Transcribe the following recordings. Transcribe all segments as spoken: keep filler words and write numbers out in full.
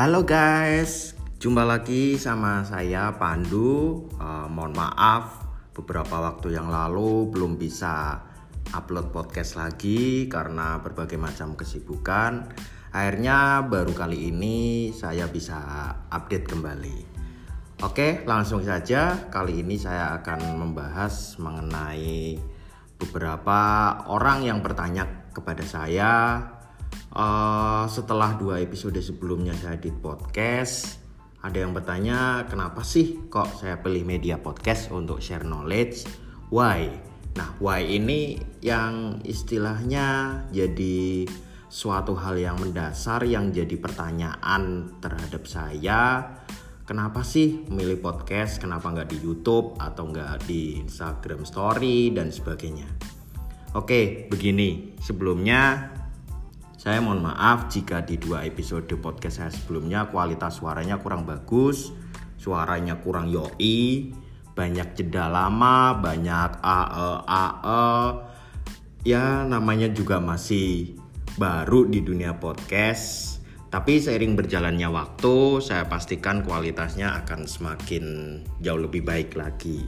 Halo guys, jumpa lagi sama saya Pandu. uh, Mohon maaf beberapa waktu yang lalu belum bisa upload podcast lagi karena berbagai macam kesibukan. Akhirnya baru kali ini saya bisa update kembali. Oke, langsung saja. Kali ini saya akan membahas mengenai beberapa orang yang bertanya kepada saya Uh, setelah dua episode sebelumnya saya di podcast. Ada yang bertanya, kenapa sih kok saya pilih media podcast untuk share knowledge? Why? Nah, why ini yang istilahnya jadi suatu hal yang mendasar, yang jadi pertanyaan terhadap saya. Kenapa sih milih podcast? Kenapa nggak di YouTube atau nggak di Instagram Story dan sebagainya? Oke, begini. Sebelumnya saya mohon maaf jika di dua episode podcast saya sebelumnya kualitas suaranya kurang bagus, suaranya kurang yoi, banyak jeda lama, banyak ae ae. Ya namanya juga masih baru di dunia podcast. Tapi seiring berjalannya waktu, saya pastikan kualitasnya akan semakin jauh lebih baik lagi.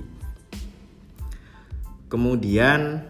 Kemudian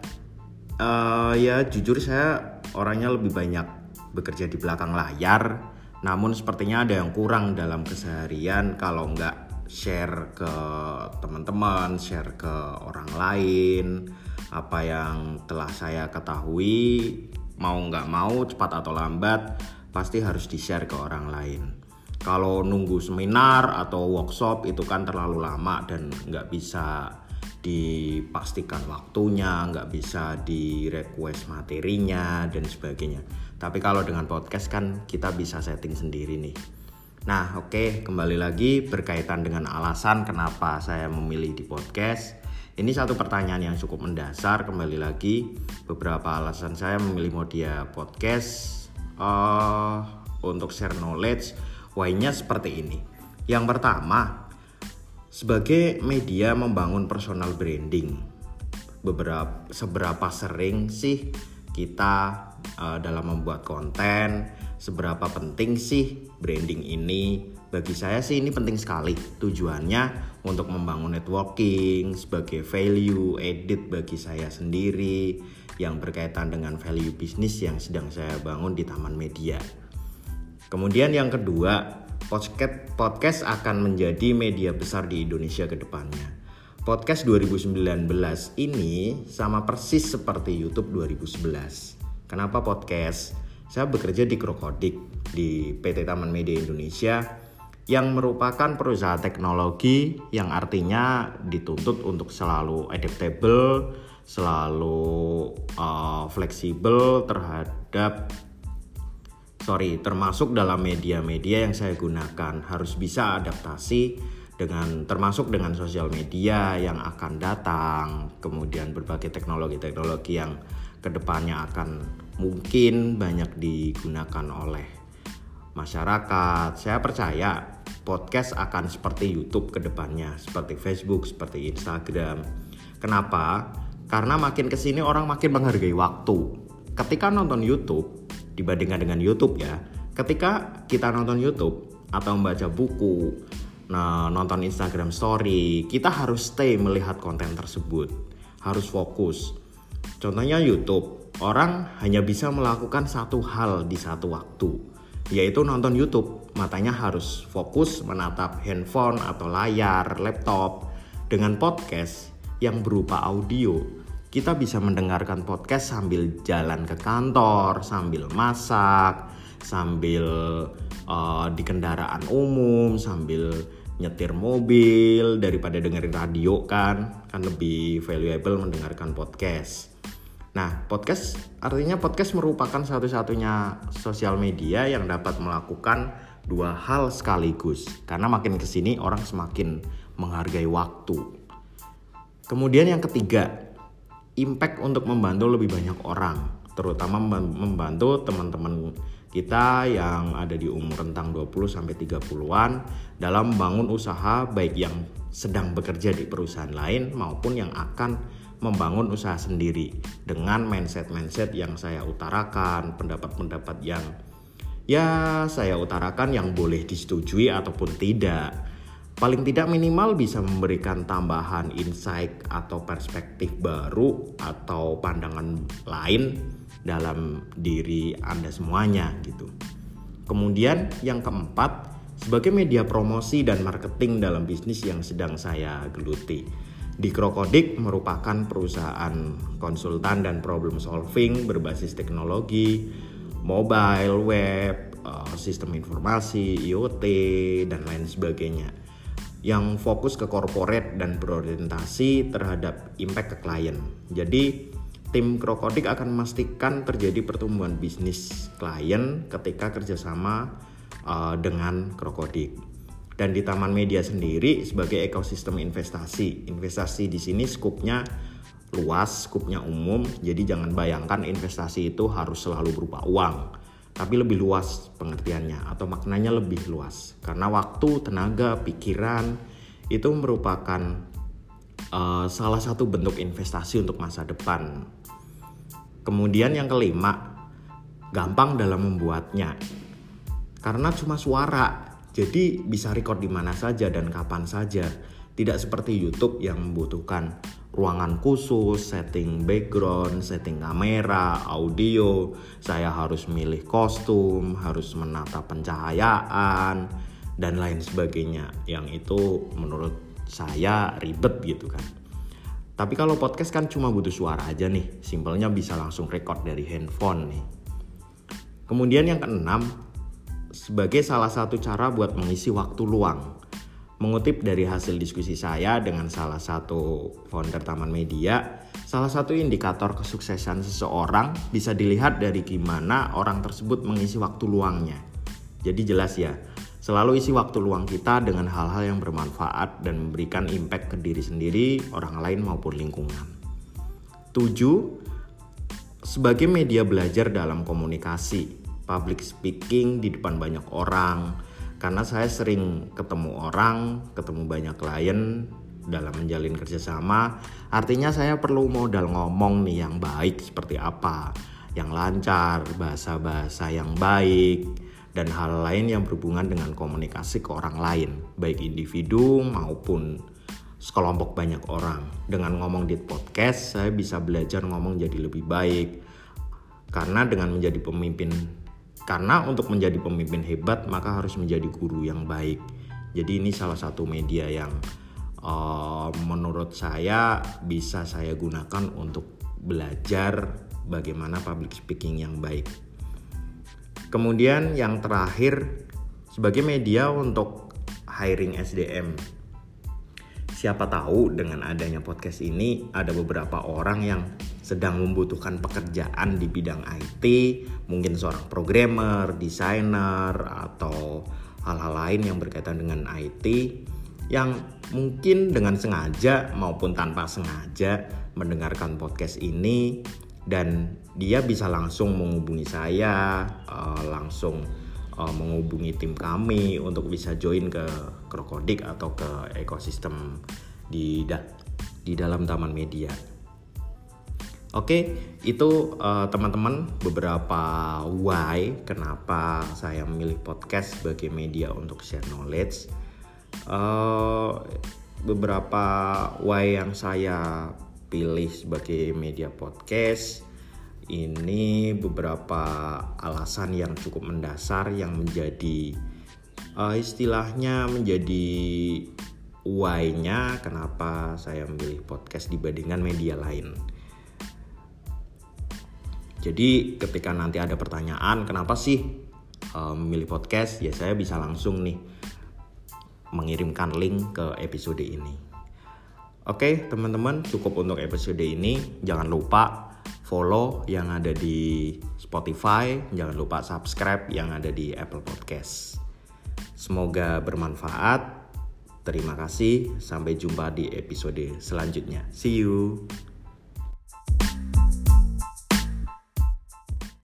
uh, ya jujur saya orangnya lebih banyak bekerja di belakang layar, namun sepertinya ada yang kurang dalam keseharian kalau nggak share ke teman-teman, share ke orang lain apa yang telah saya ketahui, mau nggak mau cepat atau lambat pasti harus di-share ke orang lain. Kalau nunggu seminar atau workshop itu kan terlalu lama dan nggak bisa dipastikan waktunya, nggak bisa di request materinya dan sebagainya. Tapi kalau dengan podcast kan kita bisa setting sendiri nih. Nah oke, okay, kembali lagi berkaitan dengan alasan kenapa saya memilih di podcast. Ini satu pertanyaan yang cukup mendasar. Kembali lagi, beberapa alasan saya memilih media podcast uh, untuk share knowledge. Why-nya seperti ini. Yang pertama, sebagai media membangun personal branding, beberapa seberapa sering sih kita uh, dalam membuat konten, seberapa penting sih branding ini? Bagi saya sih ini penting sekali. Tujuannya untuk membangun networking sebagai value edit bagi saya sendiri yang berkaitan dengan value bisnis yang sedang saya bangun di Taman Media. Kemudian yang kedua, Podcast, podcast akan menjadi media besar di Indonesia ke depannya. Podcast dua ribu sembilan belas ini sama persis seperti YouTube dua ribu sebelas. Kenapa podcast? Saya bekerja di Krokodik, di P T Taman Media Indonesia, yang merupakan perusahaan teknologi yang artinya dituntut untuk selalu adaptable, selalu uh, fleksibel terhadap Sorry, termasuk dalam media-media yang saya gunakan harus bisa adaptasi dengan termasuk dengan sosial media yang akan datang, kemudian berbagai teknologi-teknologi yang kedepannya akan mungkin banyak digunakan oleh masyarakat. Saya percaya podcast akan seperti YouTube kedepannya, seperti Facebook, seperti Instagram. Kenapa? Karena makin kesini orang makin menghargai waktu. Ketika nonton YouTube, dibandingkan dengan YouTube ya, ketika kita nonton YouTube atau membaca buku, nah, nonton Instagram Story, kita harus stay melihat konten tersebut, harus fokus. Contohnya YouTube, orang hanya bisa melakukan satu hal di satu waktu, yaitu nonton YouTube. Matanya harus fokus menatap handphone atau layar laptop. Dengan podcast yang berupa audio, kita bisa mendengarkan podcast sambil jalan ke kantor, sambil masak, sambil uh, di kendaraan umum, sambil nyetir mobil, daripada dengerin radio kan, kan lebih valuable mendengarkan podcast. Nah, podcast artinya podcast merupakan satu-satunya sosial media yang dapat melakukan dua hal sekaligus, karena makin kesini orang semakin menghargai waktu. Kemudian yang ketiga, impact untuk membantu lebih banyak orang, terutama membantu teman-teman kita yang ada di umur rentang dua puluh sampai tiga puluhan dalam membangun usaha, baik yang sedang bekerja di perusahaan lain maupun yang akan membangun usaha sendiri dengan mindset-mindset yang saya utarakan, pendapat-pendapat yang Ya, saya utarakan yang boleh disetujui ataupun tidak. Paling tidak minimal bisa memberikan tambahan insight atau perspektif baru atau pandangan lain dalam diri Anda semuanya gitu. Kemudian yang keempat, sebagai media promosi dan marketing dalam bisnis yang sedang saya geluti. Di Krokodik merupakan perusahaan konsultan dan problem solving berbasis teknologi, mobile, web, sistem informasi, I O T, dan lain sebagainya, yang fokus ke corporate dan berorientasi terhadap impact ke klien. Jadi tim Krokodik akan memastikan terjadi pertumbuhan bisnis klien ketika kerjasama uh, dengan Krokodik. Dan di Taman Media sendiri sebagai ekosistem investasi. Investasi di sini skupnya luas, skupnya umum. Jadi jangan bayangkan investasi itu harus selalu berupa uang, tapi lebih luas pengertiannya atau maknanya lebih luas. Karena waktu, tenaga, pikiran itu merupakan uh, salah satu bentuk investasi untuk masa depan. Kemudian yang kelima, gampang dalam membuatnya. Karena cuma suara, jadi bisa record di mana saja dan kapan saja. Tidak seperti YouTube yang membutuhkan ruangan khusus, setting background, setting kamera, audio. Saya harus milih kostum, harus menata pencahayaan, dan lain sebagainya. Yang itu menurut saya ribet gitu kan. Tapi kalau podcast kan cuma butuh suara aja nih. Simpelnya bisa langsung record dari handphone nih. Kemudian yang keenam, sebagai salah satu cara buat mengisi waktu luang. Mengutip dari hasil diskusi saya dengan salah satu founder Taman Media, salah satu indikator kesuksesan seseorang bisa dilihat dari gimana orang tersebut mengisi waktu luangnya. Jadi jelas ya, selalu isi waktu luang kita dengan hal-hal yang bermanfaat dan memberikan impact ke diri sendiri, orang lain maupun lingkungan. Tujuh, sebagai media belajar dalam komunikasi, public speaking di depan banyak orang. Karena saya sering ketemu orang, ketemu banyak klien dalam menjalin kerjasama. Artinya saya perlu modal ngomong nih yang baik seperti apa, yang lancar, bahasa-bahasa yang baik, dan hal lain yang berhubungan dengan komunikasi ke orang lain, baik individu maupun sekelompok banyak orang. Dengan ngomong di podcast, saya bisa belajar ngomong jadi lebih baik. Karena dengan menjadi pemimpin Karena untuk menjadi pemimpin hebat maka harus menjadi guru yang baik. Jadi ini salah satu media yang uh, menurut saya bisa saya gunakan untuk belajar bagaimana public speaking yang baik. Kemudian yang terakhir, sebagai media untuk hiring S D M. Siapa tahu dengan adanya podcast ini ada beberapa orang yang sedang membutuhkan pekerjaan di bidang I T, mungkin seorang programmer, desainer, atau hal-hal lain yang berkaitan dengan I T, yang mungkin dengan sengaja maupun tanpa sengaja mendengarkan podcast ini, dan dia bisa langsung menghubungi saya, uh, langsung uh, menghubungi tim kami untuk bisa join ke Krokodik atau ke ekosistem di da- di dalam Taman Media. Oke, itu uh, teman-teman beberapa why kenapa saya memilih podcast sebagai media untuk share knowledge. Uh, beberapa why yang saya pilih sebagai media podcast ini, beberapa alasan yang cukup mendasar yang menjadi uh, istilahnya menjadi why-nya kenapa saya memilih podcast dibandingkan media lain. Jadi ketika nanti ada pertanyaan kenapa sih uh, memilih podcast, ya saya bisa langsung nih mengirimkan link ke episode ini. Oke teman-teman, cukup untuk episode ini. Jangan lupa follow yang ada di Spotify, jangan lupa subscribe yang ada di Apple Podcast. Semoga bermanfaat. Terima kasih, sampai jumpa di episode selanjutnya. See you.